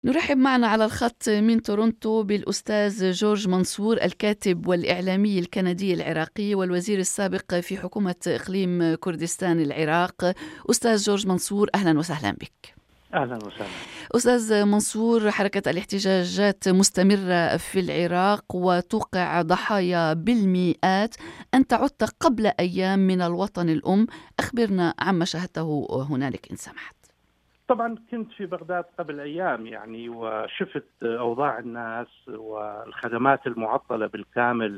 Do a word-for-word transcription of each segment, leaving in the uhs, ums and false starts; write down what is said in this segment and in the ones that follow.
نرحب معنا على الخط من تورونتو بالأستاذ جورج منصور، الكاتب والإعلامي الكندي العراقي والوزير السابق في حكومة إقليم كردستان العراق. أستاذ جورج منصور، أهلا وسهلا بك. أهلا وسهلا. أستاذ منصور، حركة الاحتجاجات مستمرة في العراق وتوقع ضحايا بالمئات. أنت عدت قبل أيام من الوطن الأم، أخبرنا عما شاهدته هنالك إن سمحت. طبعا كنت في بغداد قبل أيام يعني وشفت أوضاع الناس والخدمات المعطلة بالكامل،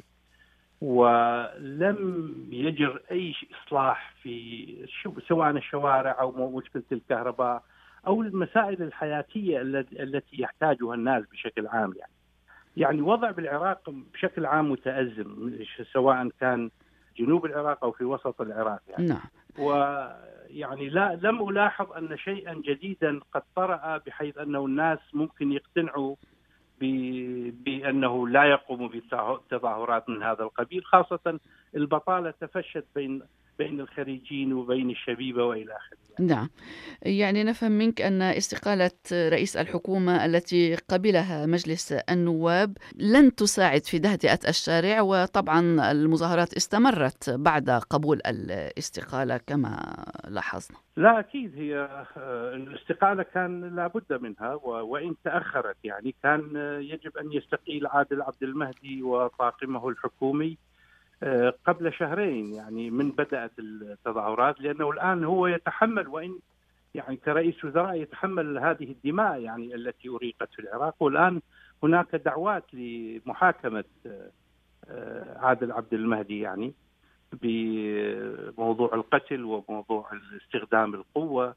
ولم يجر أي إصلاح في سواء الشوارع أو مشكلة الكهرباء أو المسائل الحياتية التي يحتاجها الناس بشكل عام. يعني يعني وضع بالعراق بشكل عام متأزم، سواء كان جنوب العراق أو في وسط العراق يعني. نعم. ويعني لا لم ألاحظ أن شيئا جديدا قد طرأ بحيث أنه الناس ممكن يقتنعوا بأنه لا يقوم بتظاهرات من هذا القبيل، خاصة البطالة تفشت بين بين الخريجين وبين الشبيبة وإلى آخره. نعم، يعني نفهم منك أن استقالة رئيس الحكومة التي قبلها مجلس النواب لن تساعد في تهدئة الشارع، وطبعا المظاهرات استمرت بعد قبول الاستقالة كما لاحظنا. لا أكيد، هي الاستقالة كان لابد منها، وإن تأخرت يعني كان يجب أن يستقيل عادل عبد المهدي وطاقمه الحكومي قبل شهرين يعني من بدأت التظاهرات، لأنه الآن هو يتحمل، وإن يعني كرئيس وزراء يتحمل هذه الدماء يعني التي أريقت في العراق. والآن هناك دعوات لمحاكمة عادل عبد المهدي يعني بموضوع القتل وموضوع استخدام القوة،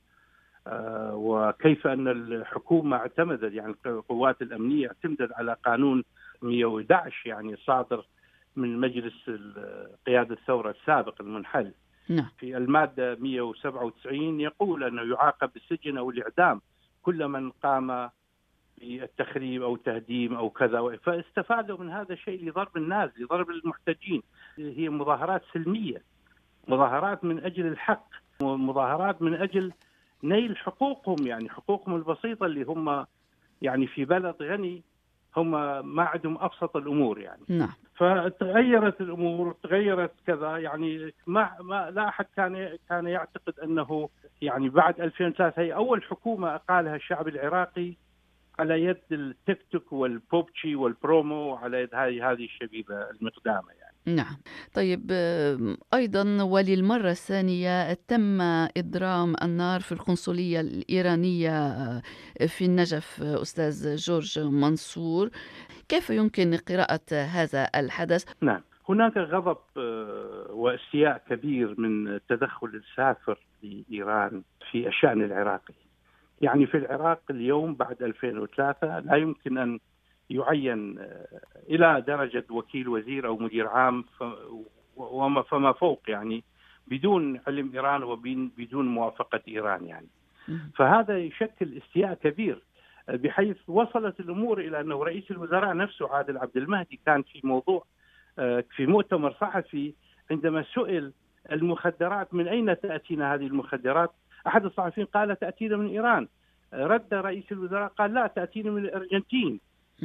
وكيف أن الحكومة اعتمدت يعني القوات الأمنية اعتمدت على قانون مئة وأحد عشر يعني صادر من مجلس قيادة الثورة السابق المنحل. نعم. في المادة مئة وسبعة وتسعين يقول أنه يعاقب بالسجن أو الإعدام كل من قام بالتخريب أو تهديم أو كذا. فاستفادوا من هذا الشيء لضرب الناس، لضرب المحتجين. هي مظاهرات سلمية، مظاهرات من أجل الحق، مظاهرات من أجل نيل حقوقهم، يعني حقوقهم البسيطة اللي هم يعني في بلد غني هم ما عندهم أبسط الأمور يعني. نعم. فتغيرت الأمور، تغيرت كذا يعني. ما, ما لا أحد كان كان يعتقد أنه يعني بعد ألفين وثلاثة هي أول حكومة أقالها الشعب العراقي على يد التيك توك والبوبتشي والبرومو، على يد هذه هذه الشبيبة المقدامة يعني. نعم. طيب، أيضا وللمرة الثانية تم إضرام النار في القنصلية الإيرانية في النجف. أستاذ جورج منصور، كيف يمكن قراءة هذا الحدث؟ نعم، هناك غضب واستياء كبير من تدخل السافر لإيران في الشأن العراقي. يعني في العراق اليوم بعد ألفين وثلاثة لا يمكن أن يعين إلى درجة وكيل وزير أو مدير عام وما فما فوق يعني بدون علم إيران وبدون موافقة إيران يعني. فهذا يشكل استياء كبير، بحيث وصلت الأمور إلى أنه رئيس الوزراء نفسه عادل عبد المهدي كان في موضوع في مؤتمر صحفي عندما سئل المخدرات من أين تأتينا هذه المخدرات، أحد الصحفيين قال تأتينا من إيران. رد رئيس الوزراء قال لا، تأتينا من الأرجنتين.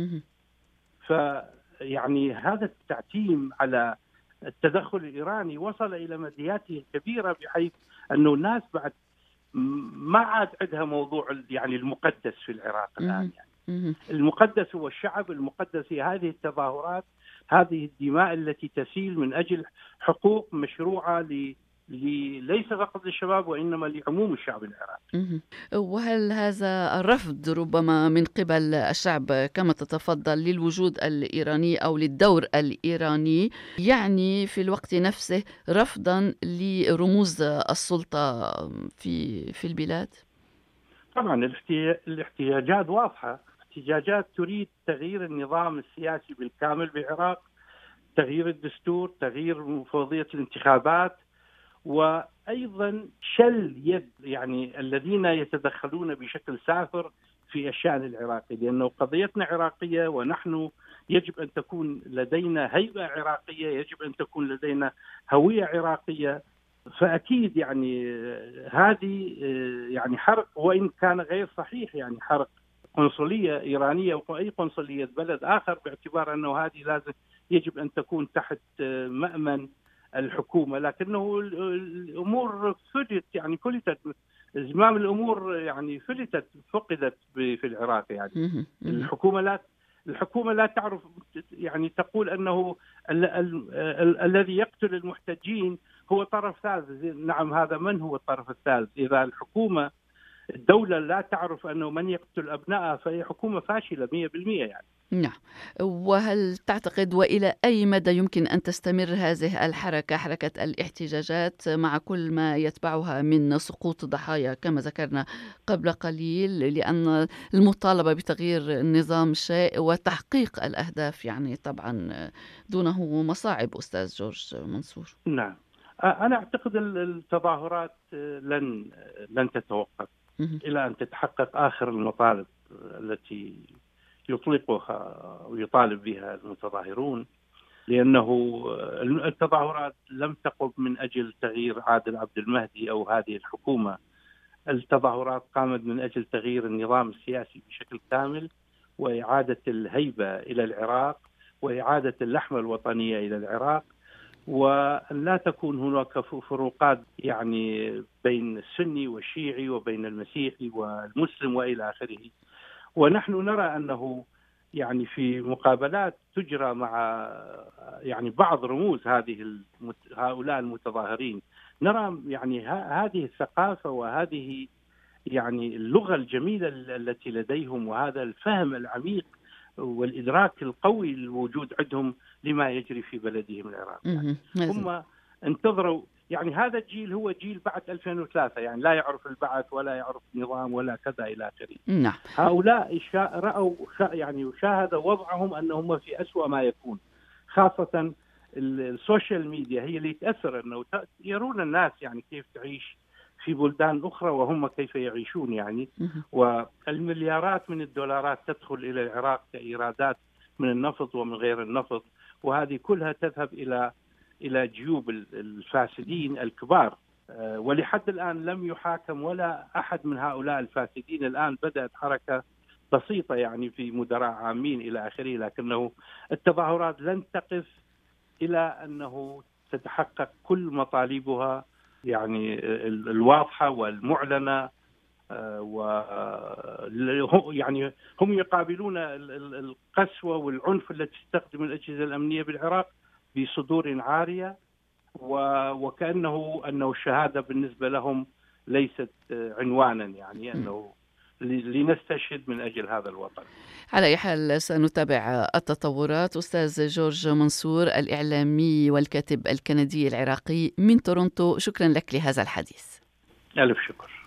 فيعني هذا التعتيم على التدخل الإيراني وصل إلى مدياته الكبيرة، بحيث أنه الناس بعد ما عاد عندها موضوع يعني المقدس في العراق الآن. يعني المقدس هو الشعب، المقدس هي هذه التظاهرات، هذه الدماء التي تسيل من أجل حقوق مشروعة ل ليس فقط للشباب وإنما لعموم الشعب العراقي. وهل هذا الرفض ربما من قبل الشعب كما تتفضل للوجود الإيراني أو للدور الإيراني يعني في الوقت نفسه رفضا لرموز السلطة في في البلاد؟ طبعا الاحتجاجات واضحة، احتجاجات تريد تغيير النظام السياسي بالكامل بالعراق، تغيير الدستور، تغيير مفوضية الانتخابات، وأيضا شل يد يعني الذين يتدخلون بشكل سافر في الشأن العراقي، لأنه قضيتنا عراقية ونحن يجب أن تكون لدينا هيبة عراقية، يجب أن تكون لدينا هوية عراقية. فأكيد يعني هذه يعني حرق، وإن كان غير صحيح يعني حرق قنصلية إيرانية أو أي قنصلية بلد آخر، باعتبار أنه هذه لازم يجب أن تكون تحت مأمن الحكومة. لكنه الأمور فلتت، يعني فلتت زمام الأمور، يعني فلتت فقدت في العراق. يعني الحكومة لا الحكومة لا تعرف، يعني تقول أنه ال ال ال الذي يقتل المحتجين هو طرف ثالث. نعم، هذا من هو الطرف الثالث؟ إذا الحكومة الدولة لا تعرف أنه من يقتل أبنائها فهي حكومة فاشلة مئة بالمئة. يعني نعم. وهل تعتقد وإلى أي مدى يمكن أن تستمر هذه الحركة، حركة الاحتجاجات، مع كل ما يتبعها من سقوط ضحايا كما ذكرنا قبل قليل؟ لأن المطالبة بتغيير النظام شيء وتحقيق الأهداف يعني طبعا دونه مصاعب. أستاذ جورج منصور. نعم، أنا أعتقد التظاهرات لن لن تتوقف إلى أن تتحقق آخر المطالب التي يطلقها ويطالب بها المتظاهرون، لأنه التظاهرات لم تقم من أجل تغيير عادل عبد المهدي أو هذه الحكومة. التظاهرات قامت من أجل تغيير النظام السياسي بشكل كامل، وإعادة الهيبة إلى العراق، وإعادة اللحمة الوطنية إلى العراق، وأن لا تكون هناك فروقات يعني بين السني والشيعي وبين المسيحي والمسلم وإلى آخره. ونحن نرى أنه يعني في مقابلات تجرى مع يعني بعض رموز هذه المت... هؤلاء المتظاهرين، نرى يعني ه... هذه الثقافة وهذه يعني اللغة الجميلة التي لديهم، وهذا الفهم العميق والإدراك القوي الموجود عندهم لما يجري في بلدهم العراق. يعني هم انتظروا، يعني هذا الجيل هو جيل بعد ألفين وثلاثة، يعني لا يعرف البعث ولا يعرف نظام ولا كذا إلى آخره. نعم. هؤلاء رأوا يعني وشاهدوا وضعهم أنهم في أسوأ ما يكون، خاصة السوشيال ميديا هي اللي تأثر، أنه يرون الناس يعني كيف تعيش في بلدان أخرى وهم كيف يعيشون. يعني والمليارات من الدولارات تدخل إلى العراق كإيرادات من النفط ومن غير النفط، وهذه كلها تذهب إلى إلى جيوب الفاسدين الكبار. ولحد الآن لم يحاكم ولا أحد من هؤلاء الفاسدين. الآن بدأت حركة بسيطة يعني في مدراء عامين إلى آخره، لكنه التظاهرات لن تقف إلى أنه تتحقق كل مطالبها يعني الواضحة والمعلنة. و يعني هم يقابلون القسوة والعنف التي تستخدم الأجهزة الأمنية بالعراق بصدور عارية، وكأنه أنه الشهادة بالنسبة لهم ليست عنوانا، يعني أنه لنستشهد من أجل هذا الوطن. على أي حال سنتابع التطورات. أستاذ جورج منصور، الإعلامي والكاتب الكندي العراقي من تورونتو، شكرا لك لهذا الحديث. ألف شكر.